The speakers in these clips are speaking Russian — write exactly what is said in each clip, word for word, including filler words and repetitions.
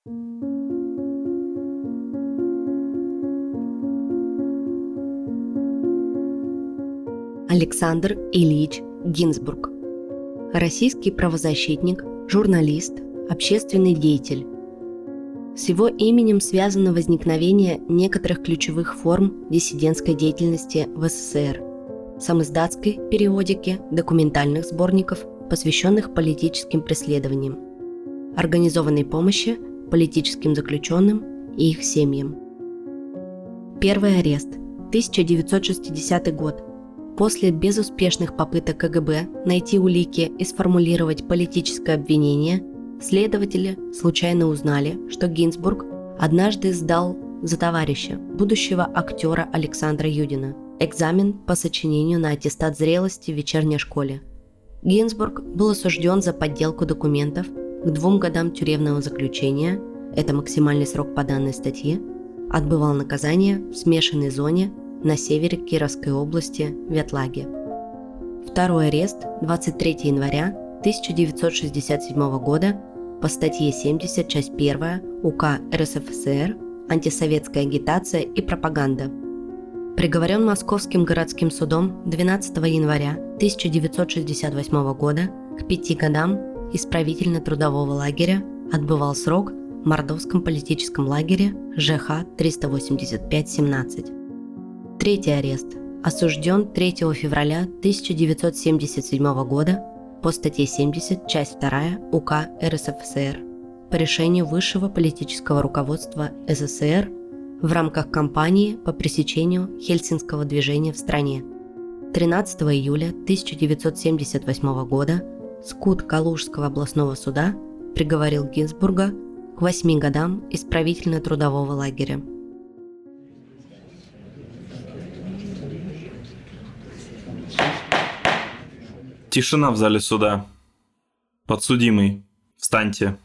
Александр Ильич Гинзбург. Российский правозащитник, журналист, общественный деятель. С его именем связано возникновение некоторых ключевых форм диссидентской деятельности в СССР, самиздатской периодики, документальных сборников, посвященных политическим преследованиям, организованной помощи политическим заключенным и их семьям. Первый арест. тысяча девятьсот шестидесятый год. После безуспешных попыток КГБ найти улики и сформулировать политическое обвинение, следователи случайно узнали, что Гинзбург однажды сдал за товарища, будущего актера Александра Юдина, экзамен по сочинению на аттестат зрелости в вечерней школе. Гинзбург был осужден за подделку документов к двум годам тюремного заключения, это максимальный срок по данной статье, отбывал наказание в смешанной зоне на севере Кировской области, Ветлаге. Второй арест двадцать третьего января тысяча девятьсот шестьдесят седьмого года по статье семьдесят, часть первая УК РСФСР «Антисоветская агитация и пропаганда». Приговорен Московским городским судом двенадцатого января тысяча девятьсот шестьдесят восьмого года к пяти годам исправительно-трудового лагеря, отбывал срок в Мордовском политическом лагере ЖХ триста восемьдесят пять семнадцать. Третий арест. Осужден третьего февраля тысяча девятьсот семьдесят седьмого года по статье семьдесят, часть вторая УК РСФСР по решению высшего политического руководства СССР в рамках кампании по пресечению хельсинского движения в стране. тринадцатого июля тысяча девятьсот семьдесят восьмого года СКУД Калужского областного суда приговорил Гинзбурга к восьми годам исправительно-трудового лагеря. Тишина в зале суда. Подсудимый, встаньте.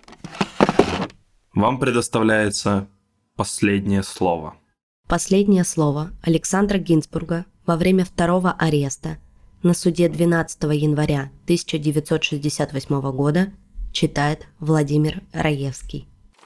Вам предоставляется последнее слово. Последнее слово Александра Гинзбурга во время второго ареста на суде двенадцатого января тысяча девятьсот шестьдесят восьмого года читает Владимир Раевский.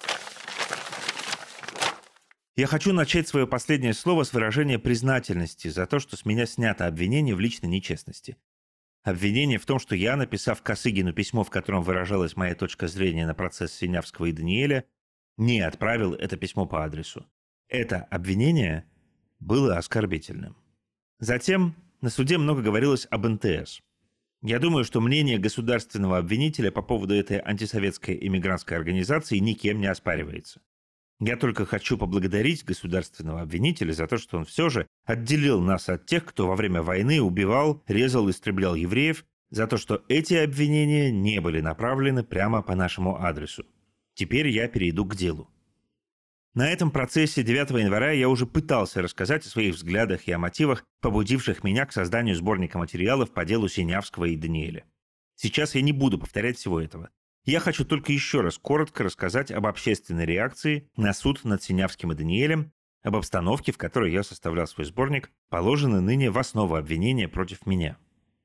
Я хочу начать свое последнее слово с выражения признательности за то, что с меня снято обвинение в личной нечестности. Обвинение в том, что я, написав Косыгину письмо, в котором выражалась моя точка зрения на процесс Синявского и Даниэля, не отправил это письмо по адресу. Это обвинение было оскорбительным. Затем на суде много говорилось об эн тэ эс. Я думаю, что мнение государственного обвинителя по поводу этой антисоветской иммигрантской организации никем не оспаривается. Я только хочу поблагодарить государственного обвинителя за то, что он все же отделил нас от тех, кто во время войны убивал, резал, истреблял евреев, за то, что эти обвинения не были направлены прямо по нашему адресу. Теперь я перейду к делу. На этом процессе девятого января я уже пытался рассказать о своих взглядах и о мотивах, побудивших меня к созданию сборника материалов по делу Синявского и Даниэля. Сейчас я не буду повторять всего этого. Я хочу только еще раз коротко рассказать об общественной реакции на суд над Синявским и Даниэлем, об обстановке, в которой я составлял свой сборник, положенный ныне в основу обвинения против меня.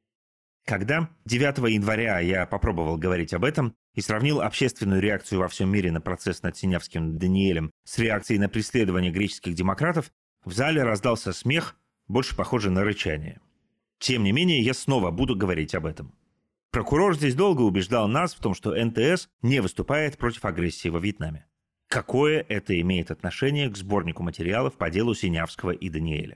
Когда девятого января я попробовал говорить об этом и сравнил общественную реакцию во всем мире на процесс над Синявским и Даниэлем с реакцией на преследование греческих демократов, в зале раздался смех, больше похожий на рычание. Тем не менее, я снова буду говорить об этом. Прокурор здесь долго убеждал нас в том, что эн тэ эс не выступает против агрессии во Вьетнаме. Какое это имеет отношение к сборнику материалов по делу Синявского и Даниэля?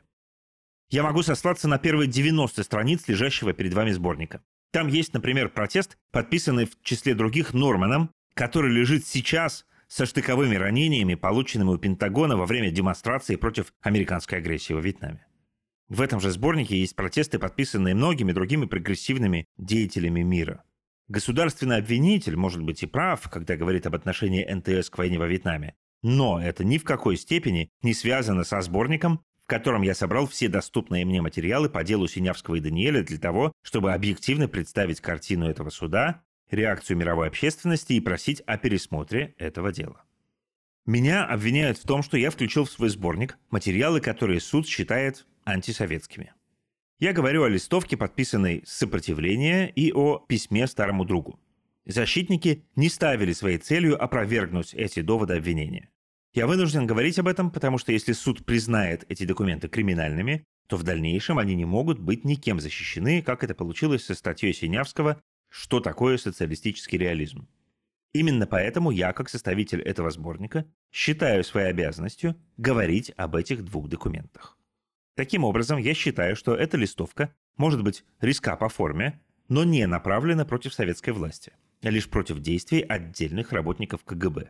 Я могу сослаться на первые девяносто страниц лежащего перед вами сборника. Там есть, например, протест, подписанный в числе других Норманом, который лежит сейчас со штыковыми ранениями, полученными у Пентагона во время демонстрации против американской агрессии во Вьетнаме. В этом же сборнике есть протесты, подписанные многими другими прогрессивными деятелями мира. Государственный обвинитель может быть и прав, когда говорит об отношении эн тэ эс к войне во Вьетнаме, но это ни в какой степени не связано со сборником, в котором я собрал все доступные мне материалы по делу Синявского и Даниэля для того, чтобы объективно представить картину этого суда, реакцию мировой общественности и просить о пересмотре этого дела. Меня обвиняют в том, что я включил в свой сборник материалы, которые суд считает антисоветскими. Я говорю о листовке, подписанной с сопротивления, и о письме старому другу. Защитники не ставили своей целью опровергнуть эти доводы обвинения. Я вынужден говорить об этом, потому что если суд признает эти документы криминальными, то в дальнейшем они не могут быть никем защищены, как это получилось со статьей Синявского «Что такое социалистический реализм?». Именно поэтому я, как составитель этого сборника, считаю своей обязанностью говорить об этих двух документах. Таким образом, я считаю, что эта листовка может быть резка по форме, но не направлена против советской власти, а лишь против действий отдельных работников ка гэ бэ.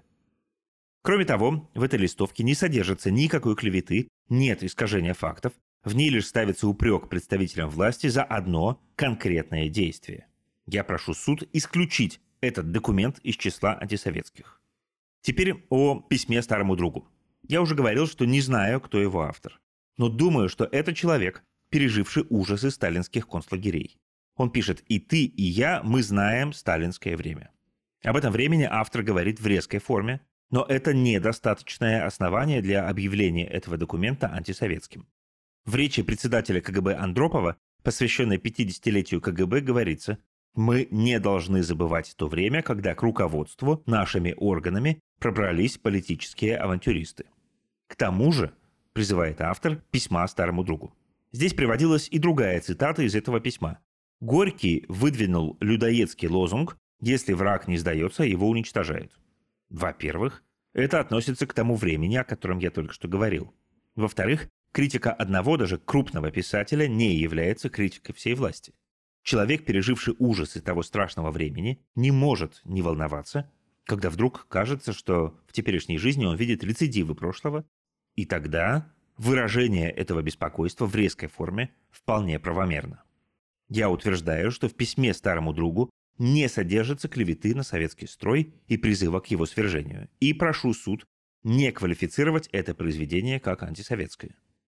Кроме того, в этой листовке не содержится никакой клеветы, нет искажения фактов, в ней лишь ставится упрек представителям власти за одно конкретное действие. Я прошу суд исключить этот документ из числа антисоветских. Теперь о письме старому другу. Я уже говорил, что не знаю, кто его автор. Но думаю, что это человек, переживший ужасы сталинских концлагерей. Он пишет: «И ты, и я, мы знаем сталинское время». Об этом времени автор говорит в резкой форме, но это недостаточное основание для объявления этого документа антисоветским. В речи председателя ка гэ бэ Андропова, посвященной пятидесятилетию ка гэ бэ, говорится: «Мы не должны забывать то время, когда к руководству нашими органами пробрались политические авантюристы». К тому же, призывает автор письма старому другу. Здесь приводилась и другая цитата из этого письма. Горький выдвинул людоедский лозунг: «Если враг не сдается, его уничтожают». Во-первых, это относится к тому времени, о котором я только что говорил. Во-вторых, критика одного, даже крупного писателя, не является критикой всей власти. Человек, переживший ужасы того страшного времени, не может не волноваться, когда вдруг кажется, что в теперешней жизни он видит рецидивы прошлого, и тогда выражение этого беспокойства в резкой форме вполне правомерно. Я утверждаю, что в письме старому другу не содержится клеветы на советский строй и призыва к его свержению, и прошу суд не квалифицировать это произведение как антисоветское.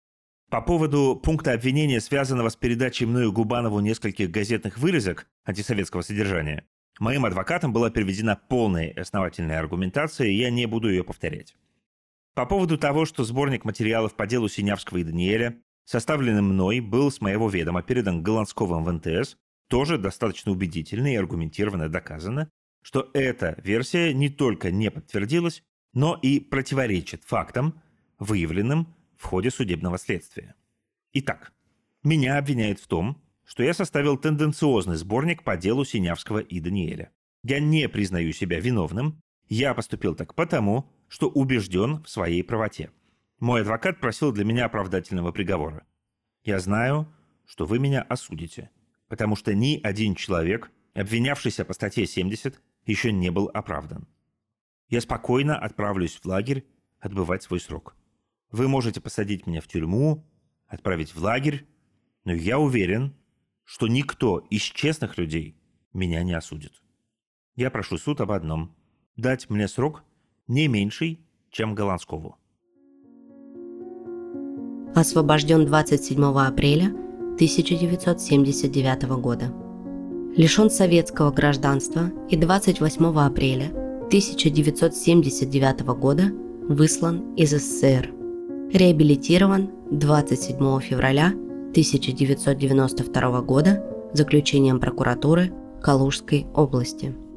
По поводу пункта обвинения, связанного с передачей мною Губанову нескольких газетных вырезок антисоветского содержания, моим адвокатам была приведена полная и основательная аргументация, и я не буду ее повторять. По поводу того, что сборник материалов по делу Синявского и Даниэля, составленный мной, был с моего ведома передан Голландсковым в эн тэ эс, тоже достаточно убедительно и аргументированно доказано, что эта версия не только не подтвердилась, но и противоречит фактам, выявленным в ходе судебного следствия. Итак, меня обвиняют в том, что я составил тенденциозный сборник по делу Синявского и Даниэля. Я не признаю себя виновным, я поступил так потому, что убежден в своей правоте. Мой адвокат просил для меня оправдательного приговора. Я знаю, что вы меня осудите, потому что ни один человек, обвинявшийся по статье семьдесят, еще не был оправдан. Я спокойно отправлюсь в лагерь отбывать свой срок. Вы можете посадить меня в тюрьму, отправить в лагерь, но я уверен, что никто из честных людей меня не осудит. Я прошу суд об одном – дать мне срок не меньший, чем Голландскову. Освобожден двадцать седьмого апреля тысяча девятьсот семьдесят девятого года. Лишен советского гражданства и двадцать восьмого апреля тысяча девятьсот семьдесят девятого года выслан из эс эс эс эр. Реабилитирован двадцать седьмого февраля тысяча девятьсот девяносто второго года заключением прокуратуры Калужской области.